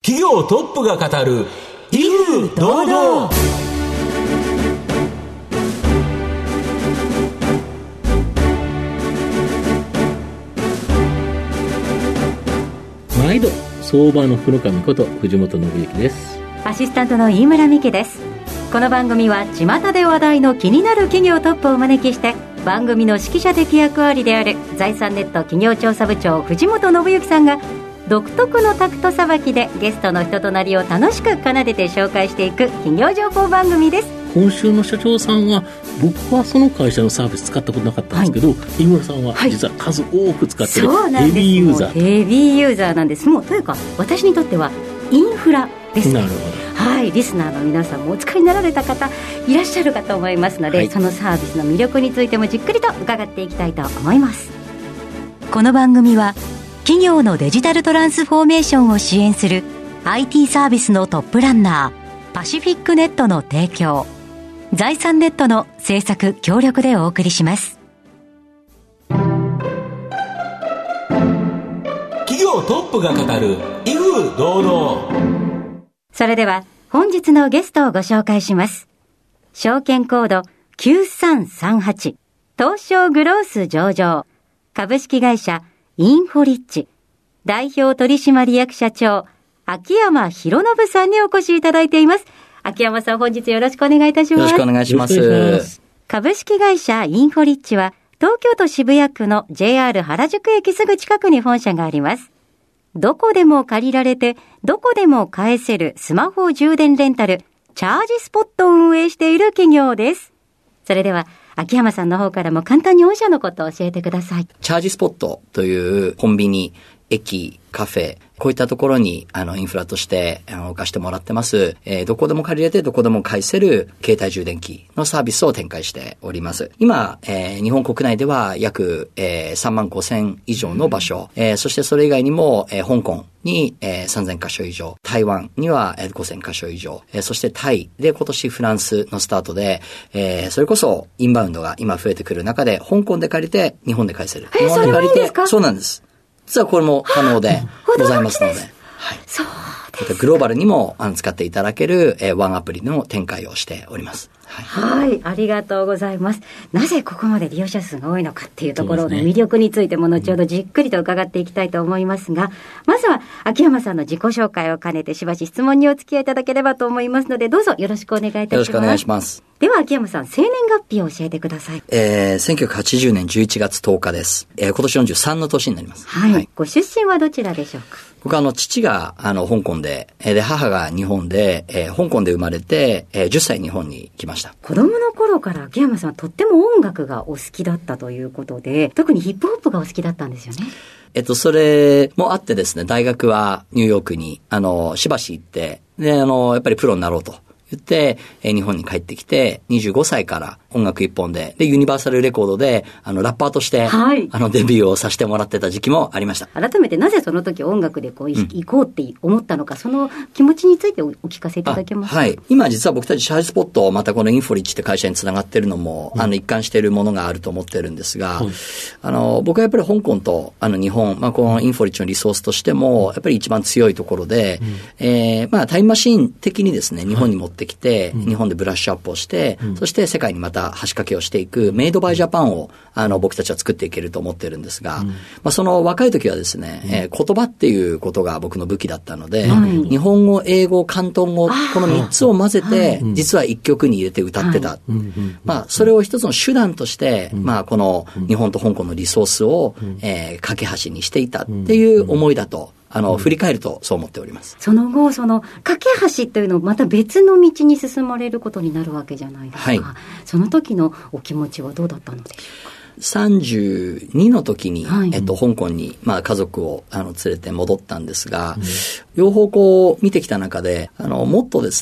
企業トップが語る威風堂々。 毎度相場の福の神こと藤本信之です。 アシスタントの飯村美希です。この番組は巷で話題の気になる企業トップをお招きして、番組の指揮者的役割である財産ネット企業調査部長藤本信之さんが独特のタクトさばきでゲストの人となりを楽しく奏でて紹介していく企業情報番組です。 今週の社長さんは、僕はその会社のサービス使ったことなかったんですけど、飯村さんは実は数多く使ってるヘビーユーザー。 ヘビーユーザーなんです。もうというか私にとってはインフラですね。 なるほど。 はい、リスナーの皆さんもお使いになられた方いらっしゃるかと思いますので、そのサービスの魅力についてもじっくりと伺っていきたいと思います。この番組は企業のデジタルトランスフォーメーションを支援する IT サービスのトップランナーパシフィックネットの提供、財産ネットの制作協力でお送りします。 企業トップが語る威風堂々。 それでは本日のゲストをご紹介します。証券コード9338東証グロース上場株式会社インフォリッチ代表取締役社長秋山博信さんにお越しいただいています。秋山さん、本日よろしくお願いいたします。 よろしくお願いします。 株式会社インフォリッチは東京都渋谷区の JR 原宿駅すぐ近くに本社があります。どこでも借りられてどこでも返せるスマホ充電レンタルチャージスポットを運営している企業です。それでは秋山さんの方からも簡単に御社のことを教えてください。 チャージスポットというコンビニ、駅、カフェ、こういったところにインフラとして置かしてもらってます。どこでも借りれてどこでも返せる携帯充電器のサービスを展開しております。今、日本国内では約、3万5,000以上の場所、そしてそれ以外にも、香港に、3,000カ所以上、台湾には、5,000カ所以上、そしてタイで今年フランスのスタートで、それこそインバウンドが今増えてくる中で香港で借りて日本で返せる。日本で借りて、そうなんです。実はこれも可能でございますので、はい、 そうです。 グローバルにも使っていただけるワンアプリの展開をしております。 はい、ありがとうございます。なぜここまで利用者数が多いのかっていうところの魅力についても後ほどじっくりと伺っていきたいと思いますが、まずは秋山さんの自己紹介を兼ねてしばし質問にお付き合いいただければと思いますので、どうぞよろしくお願いいたします。 よろしくお願いします。 では秋山さん、生年月日を教えてください。 1980年11月10日です。今年43の年になります。 はい。ご出身はどちらでしょうか？ 僕は父が香港で、母が日本で、香港で生まれて、10歳日本に来ました。 子供の頃から秋山さんはとっても音楽がお好きだったということで、特にヒップホップがお好きだったんですよね。 それもあってですね、大学はニューヨークにしばし行って、でやっぱりプロになろうと言って、日本に帰ってきて、25歳から音楽一本で、ユニバーサルレコードで、ラッパーとして、 はい、 デビューをさせてもらってた時期もありました。 改めてなぜその時音楽で行こうって思ったのか、その気持ちについてお聞かせいただけますか？ はい。今実は僕たちチャージスポット、またこのインフォリッチって会社につながってるのも、一貫しているものがあると思ってるんですが、僕はやっぱり香港と日本、このインフォリッチのリソースとしても、やっぱり一番強いところで、タイムマシーン的にですね、日本に持ってきて、日本でブラッシュアップをして、そして世界にまた橋掛けをしていくメイドバイジャパンを僕たちは作っていけると思ってるんですが、その若い時はですね、言葉っていうことが僕の武器だったので、日本語、英語、広東語、この3つを混ぜて、実は1曲に入れて歌ってた。それを一つの手段として、この日本と香港のリソースを、架け橋にしていたっていう思いだと、振り返るとそう思っております。 その後、その架け橋というのをまた別の道に進まれることになるわけじゃないですか。はい、その時のお気持ちはどうだったのでしょうか ？32の時に、香港に、家族を連れて戻ったんですが、両方見てきた中で、もっとですね、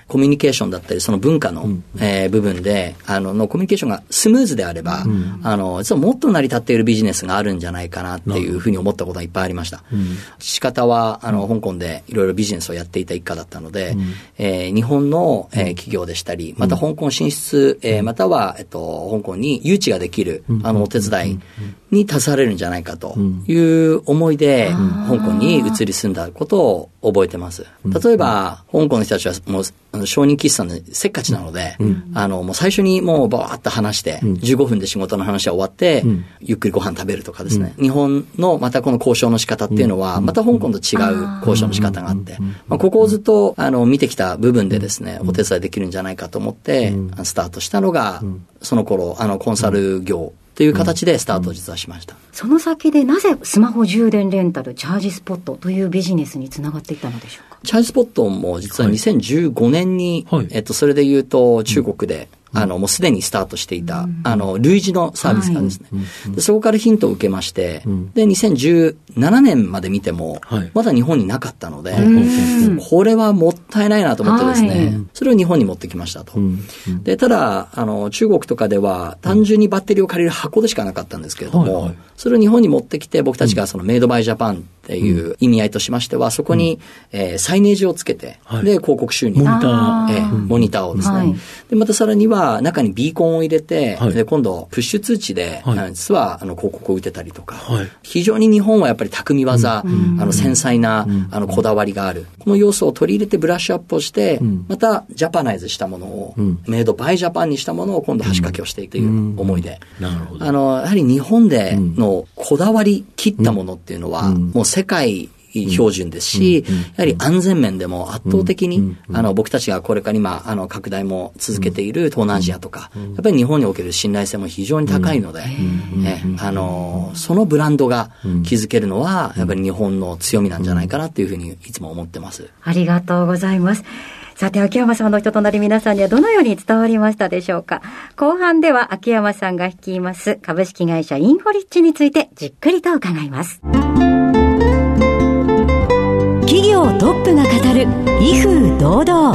コミュニケーションだったりその文化の、部分でのコミュニケーションがスムーズであれば、実はもっと成り立っているビジネスがあるんじゃないかなっていうふうに思ったことがいっぱいありました。父方は香港でいろいろビジネスをやっていた一家だったので、日本の、企業でしたりまた香港進出、または、香港に誘致ができるお手伝いに携われるんじゃないかという思いで、香港に移り住んだことを覚えてます。例えば香港の人たちはもう商人喫茶のせっかちなので、もう最初にもうバーッと話して、15分で仕事の話は終わって、ゆっくりご飯食べるとかですね、日本のまたこの交渉の仕方っていうのは、また香港と違う交渉の仕方があって、ここをずっと見てきた部分でですね、お手伝いできるんじゃないかと思って、スタートしたのが、その頃コンサル業という形でスタートを実はしました。 その先でなぜスマホ充電レンタルチャージスポットというビジネスにつながっていったのでしょうか。 チャージスポットも実は2015年に、それで言うと中国で、もうすでにスタートしていた、類似のサービスがですね、でそこからヒントを受けまして、で、2017年まで見ても、まだ日本になかったので、これはもったいないなと思ってですね、それを日本に持ってきましたと。で、ただ、中国とかでは、単純にバッテリーを借りる箱でしかなかったんですけれども、それを日本に持ってきて、僕たちがそのメイドバイジャパンっていう意味合いとしましては、そこに、サイネージをつけて、で、広告収入。モニターをですね。で、またさらには、中にビーコンを入れて、で今度プッシュ通知で、実は広告を打てたりとか、非常に日本はやっぱり巧み技、繊細なこだわりがある。この要素を取り入れてブラッシュアップをして、またジャパナイズしたものを、メイドバイジャパンにしたものを今度箸掛けをしていくという思いで、やはり日本でのこだわり切ったものっていうのは、もう世界標準ですし、やはり安全面でも圧倒的に、僕たちがこれから今、拡大も続けている東南アジアとか、やっぱり日本における信頼性も非常に高いので、そのブランドが築けるのは、やっぱり日本の強みなんじゃないかなというふうにいつも思ってます。 ありがとうございます。さて、秋山さんの人となり皆さんにはどのように伝わりましたでしょうか。後半では秋山さんが率います株式会社インフォリッチについてじっくりと伺います。企業トップが語る威風堂々。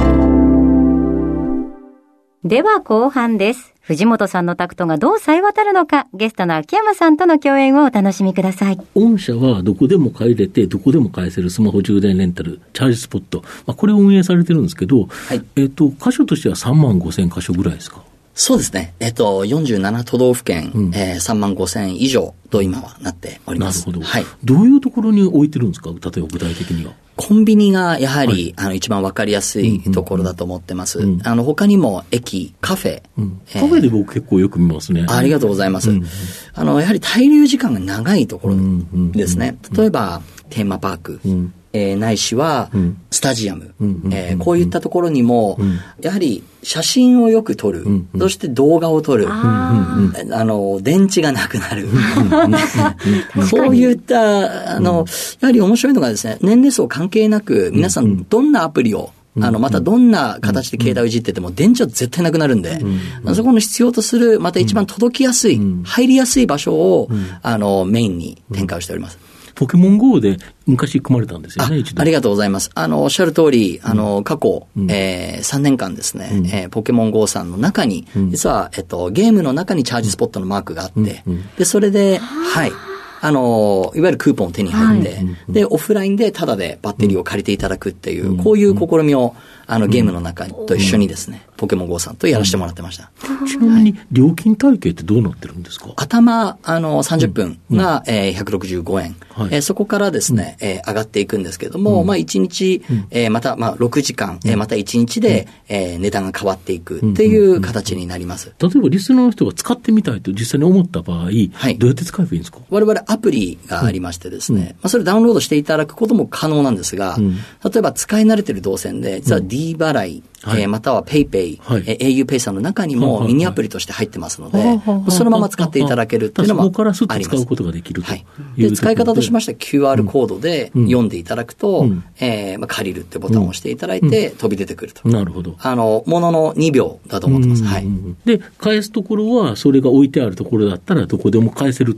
では後半です。藤本さんのタクトがどう冴え渡るのか、ゲストの秋山さんとの共演をお楽しみください。 御社はどこでも借りれてどこでも返せるスマホ充電レンタルチャージスポット、これを運営されてるんですけど、箇所としては35,000箇所ぐらいですか。 そうですね。47都道府県、35,000以上と今はなっております。 なるほど。はい。どういうところに置いてるんですか、例えば具体的には。 コンビニがやはり、一番わかりやすいところだと思ってます。他にも駅、カフェ。 カフェで僕結構よく見ますね。 ありがとうございます。やはり滞留時間が長いところですね。例えば、テーマパーク。ないしはスタジアム、こういったところにも、やはり写真をよく撮る、そして動画を撮る、電池がなくなるそういったやはり面白いのがですね、年齢層関係なく皆さんどんなアプリをまたどんな形で携帯をいじってても電池は絶対なくなるんで、そこの必要とするまた一番届きやすい、入りやすい場所をメインに展開をしております。 ポケモン GO で昔組まれたんですよね、 ありがとうございます。おっしゃる通り、過去、3年間ですね、ポケモン GO さんの中に、実は、ゲームの中にチャージスポットのマークがあって、で、それで、はい。いわゆるクーポンを手に入って、で、オフラインでタダでバッテリーを借りていただくっていう、こういう試みを、ゲームの中と一緒にですね、ポケモン GO さんとやらせてもらってました。 ちなみに、料金体系ってどうなってるんですか？ 頭、30分が、165円。そこからですね、上がっていくんですけれども、1日、また、6時間、また1日で、値段が変わっていくっていう形になります。 例えば、リスナーの人が使ってみたいと実際に思った場合、どうやって使えばいいんですか？ 我々アプリがありましてですね、それダウンロードしていただくことも可能なんですが、例えば使い慣れている動線で、実は D 払い、または PayPay、au Pay さんの中にもミニアプリとして入ってますので、そのまま使っていただけるっていうのもあります。 そこからすっと使うことができるという。 で、使い方としましては QR コードで読んでいただくと、借りるってボタンを押していただいて飛び出てくると。 なるほど。 ものの2秒だと思ってます。はい。 で、返すところはそれが置いてあるところだったらどこでも返せるっていう。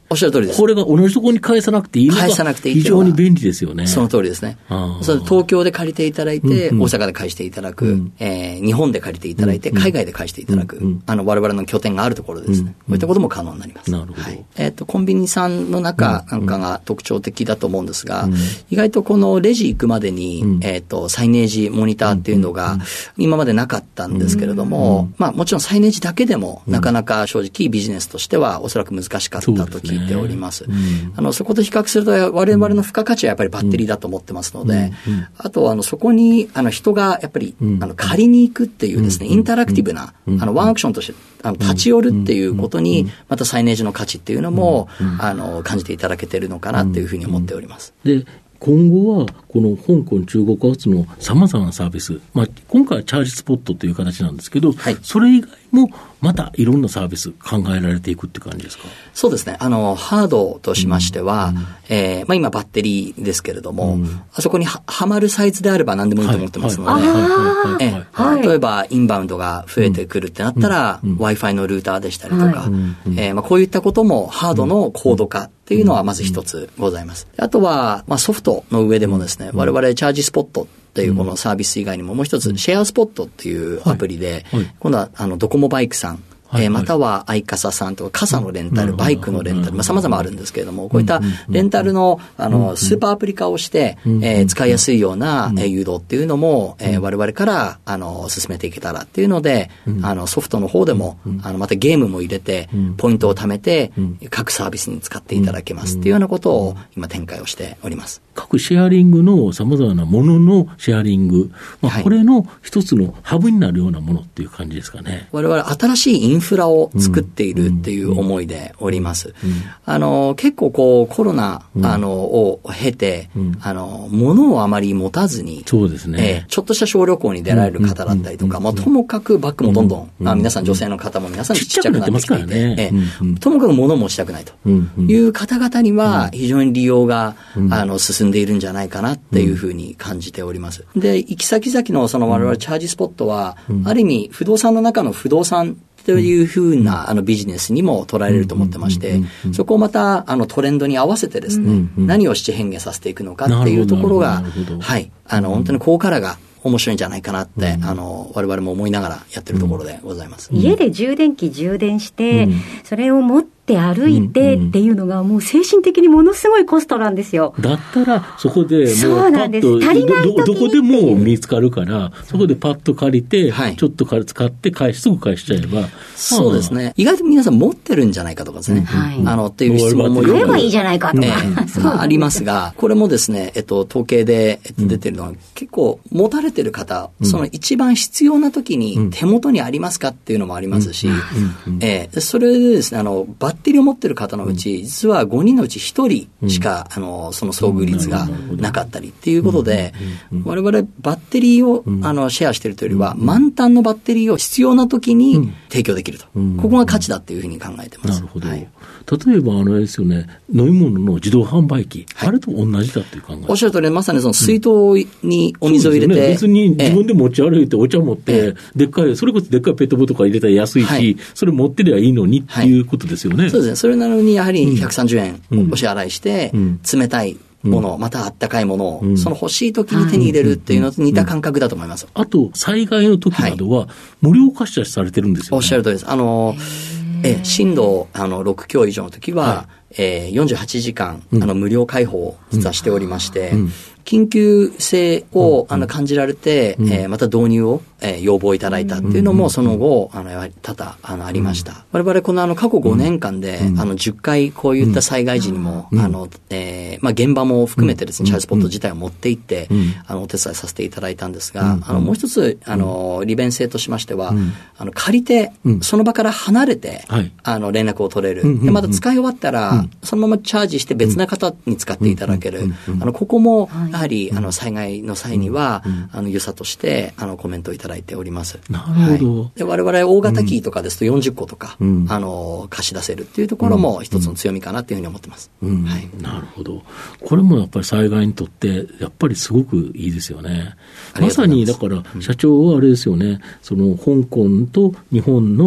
おっしゃる通りです。 これが同じところに返さなくていいのが非常に便利ですよね。 その通りですね。それ東京で借りていただいて、大阪で返していただく、日本で借りていただいて、海外で返していただく、我々の拠点があるところですね。こういったことも可能になります。 なるほど。 はい、コンビニさんの中なんかが特徴的だと思うんですが、意外とこのレジ行くまでに、サイネージモニターっていうのが今までなかったんですけれども、まあもちろんサイネージだけでもなかなか正直ビジネスとしてはおそらく難しかったと聞いております。そこと比較すると我々の付加価値はやっぱりバッテリーだと思ってますので、あとそこに人がやっぱり借りに行くっていうですね、インタラクティブなワンアクションとして立ち寄るっていうことにまたサイネージの価値っていうのも感じていただけているのかなというふうに思っております。 で今後はこの香港中国発のさまざまなサービス、まあ、今回はチャージスポットという形なんですけど、はい、それ以外もまたいろんなサービス考えられていくって感じですか？ そうですね。ハードとしましては、まあ、今バッテリーですけれども、あそこにはまるサイズであれば何でもいいと思ってますので、例えばインバウンドが増えてくるってなったら、Wi-Fi のルーターでしたりとか、まあ、こういったこともハードの高度化っていうのはまず一つございます。あとは、まあ、ソフトの上でもですね、我々チャージスポットっていうこのサービス以外にももう一つシェアスポットっていうアプリで、今度はドコモバイクさん、またはアイカサさんとか傘のレンタル、バイクのレンタル、まあ、様々あるんですけれども、こういったレンタルの、スーパーアプリ化をして、使いやすいような、誘導っていうのも、我々から、進めていけたらっていうので、ソフトの方でも、またゲームも入れて、ポイントを貯めて、各サービスに使っていただけますっていうようなことを今展開をしております。 各シェアリングの様々なもののシェアリング、まあ、これの一つのハブになるようなものっていう感じですかね。 我々新しいインフラを作っているっていう思いでおります。結構こうコロナを経て、物をあまり持たずに、 そうですね。 ちょっとした小旅行に出られる方だったりとか、まあともかくバッグもどんどん、皆さん女性の方も皆さんちっちゃくなってきていて、ともかく物を持ちたくないという方々には非常に利用が進んでいるんじゃないかなっていうふうに感じております。で、行き先々のその我々チャージスポットは、ある意味不動産の中の不動産というふうなビジネスにも捉えれると思ってまして、そこをまたトレンドに合わせてですね、何を七変化させていくのかっていうところが、はい、本当にここからが面白いんじゃないかなって、我々も思いながらやってるところでございます。 家で充電器充電して、それを持って歩いてっていうのがもう精神的にものすごいコストなんですよ。 だったらそこでもうパッとどこでも見つかるからそこでパッと借りて、ちょっと使ってすぐ返しちゃえば、 そうですね。意外と皆さん持ってるんじゃないかとかですね、っていう質問もよく買えばいいじゃないかとか、 ありますが、これもですね、統計で出てるのは結構持たれてる方、その一番必要な時に手元にありますかっていうのもありますし、それでですね、バッテリーを持ってる方のうち、実は5人のうち1人しか、その遭遇率がなかったりっていうことで、我々バッテリーをシェアしているというよりは、満タンのバッテリーを必要な時に提供できると。ここが価値だっていうふうに考えてます。 なるほど。例えばあれですよね、飲み物の自動販売機、あれと同じだっていう考え。 おっしゃる通り、まさにその水筒にお水を入れて、 別に自分で持ち歩いてお茶持って、でっかい、それこそでっかいペットボトルとか入れたら安いし、それ持ってりゃいいのにっていうことですよね。 そうですね。それなのにやはり130円お支払いして、冷たいもの、またあったかいものを、その欲しい時に手に入れるっていうのと似た感覚だと思います。 あと、災害の時などは無料貸し出しされてるんですよね。 おっしゃる通りです。震度6強以上の時は、48時間無料開放を実はしておりまして、緊急性を感じられて、また導入を要望いただいたっていうのもその後やはり多々ありました。我々この過去5年間で10回こういった災害時にもまあ現場も含めてですね、チャージスポット自体を持って行ってお手伝いさせていただいたんですが、もう一つ利便性としましては、借りてその場から離れて連絡を取れる。でまた使い終わったらそのままチャージして別な方に使っていただける。ここもやはり災害の際には良さとしてコメントをいただいております。 なるほど。 で我々大型機とかですと40個とか貸し出せるっていうところも一つの強みかなというふうに思ってます。 なるほど。これもやっぱり災害にとってやっぱりすごくいいですよね。まさにだから社長はあれですよね、その香港と日本の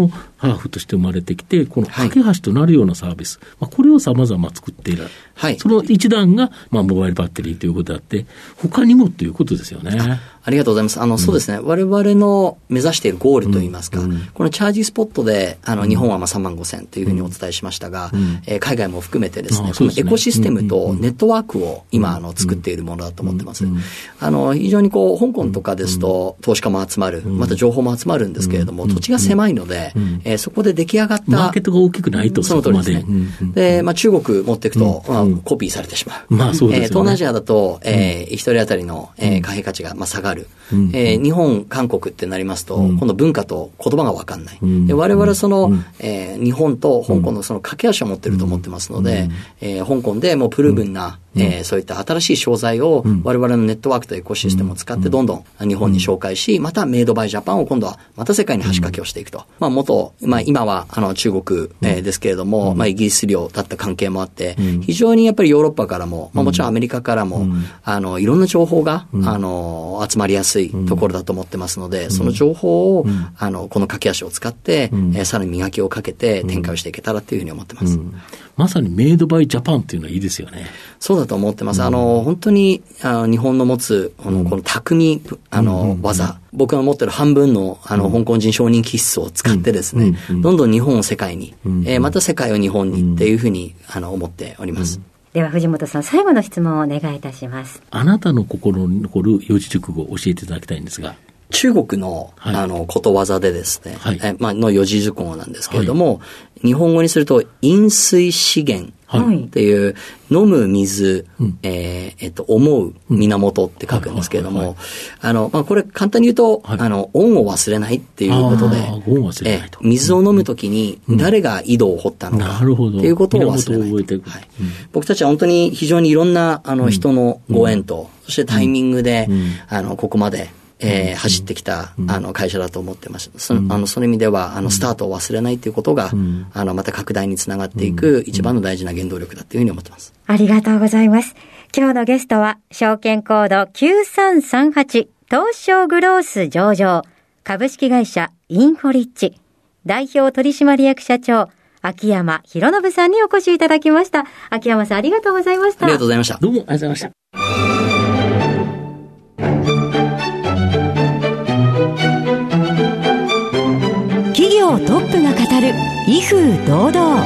ハーフとして生まれてきて、この架け橋となるようなサービス、これを様々作っている。その一段が、モバイルバッテリーということであって、他にもということですよね。 ありがとうございます。そうですね。我々の目指しているゴールといいますか、このチャージスポットで、日本は35,000というふうにお伝えしましたが、海外も含めてですね、このエコシステムとネットワークを今、作っているものだと思ってます。非常に香港とかですと、投資家も集まる、また情報も集まるんですけれども、土地が狭いので、そこで出来上がった。 マーケットが大きくないと、 その通りですね。で、中国持っていくと、コピーされてしまう。 そうですよね。 東南アジアだと、一人当たりの、貨幣価値が下がる。日本、韓国ってなりますと、今度文化と言葉が分かんない。で我々その、日本と香港のその架け橋を持ってると思ってますので、香港でもうプルーブンな、そういった新しい商材を我々のネットワークとエコシステムを使ってどんどん日本に紹介し、またメイドバイジャパンを今度はまた世界に橋掛けをしていくと。今は今中国、ですけれども、イギリス領だった関係もあって、非常にやっぱりヨーロッパからも、もちろんアメリカからも、いろんな情報が、集まりやすいところだと思ってますので、その情報を、この架け橋を使って、さらに磨きをかけて展開をしていけたらというふうに思ってます。 まさにメイドバイジャパンっていうのはいいですよね。 そうだと思ってます。本当に日本の持つこの匠技、僕が持ってる半分の香港人承認気質を使ってですね、どんどん日本を世界に、また世界を日本にっていうふうに思っております。 では藤本さん、最後の質問をお願いいたします。 あなたの心に残る四字熟語を教えていただきたいんですが。 中国の、ことわざでですね、の四字熟語なんですけれども、日本語にすると、飲水資源っていう、飲む水、思う源って書くんですけれども、これ簡単に言うと、恩を忘れないっていうことで、水を飲むときに誰が井戸を掘ったのかっていうことを忘れない。僕たちは本当に非常にいろんな人のご縁と、そしてタイミングで、ここまで、走ってきた会社だと思ってます。その意味ではスタートを忘れないということがまた拡大につながっていく一番の大事な原動力だというふうに思ってます。 ありがとうございます。今日のゲストは証券コード9338東証グロース上場株式会社インフォリッチ代表取締役社長秋山博信さんにお越しいただきました。秋山さん、ありがとうございました。 ありがとうございました。 どうもありがとうございました。 企業トップが語る威風堂々。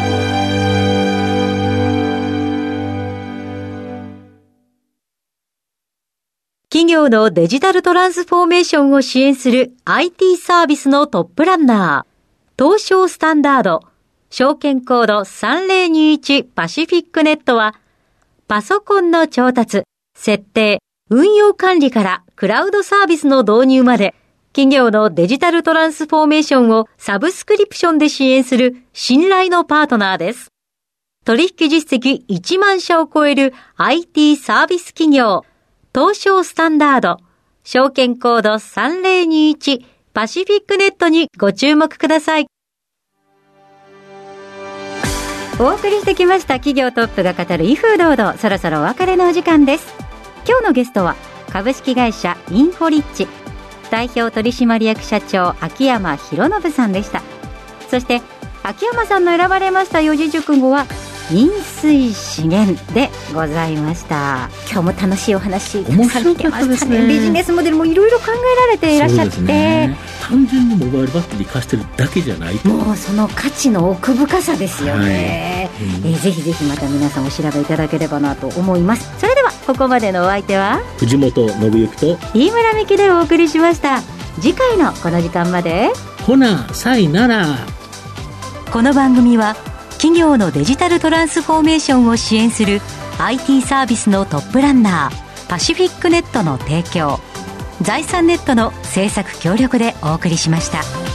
企業のデジタルトランスフォーメーションを支援する IT サービスのトップランナー、東証スタンダード、証券コード3021パシフィックネットは、パソコンの調達、設定、運用管理からクラウドサービスの導入まで、企業のデジタルトランスフォーメーションをサブスクリプションで支援する信頼のパートナーです。取引実績1万社を超える IT サービス企業、東証スタンダード、証券コード3021パシフィックネットにご注目ください。お送りしてきました企業トップが語る威風堂々、そろそろお別れのお時間です。今日のゲストは株式会社インフォリッチ代表取締役社長秋山博信さんでした。そして秋山さんの選ばれました四字熟語は飲水資源でございました。今日も楽しいお話たくさん聞けましたね。ビジネスモデルもいろいろ考えられていらっしゃって、 単純にモバイルバッテリー貸してるだけじゃないと、 もうその価値の奥深さですよね。ぜひぜひまた皆さんお調べいただければなと思います。それではここまでのお相手は藤本信之と飯村美希でお送りしました。次回のこの時間までほなさいなら。 この番組は企業のデジタルトランスフォーメーションを支援する IT サービスのトップランナーパシフィックネットの提供、財産ネットの制作協力でお送りしました。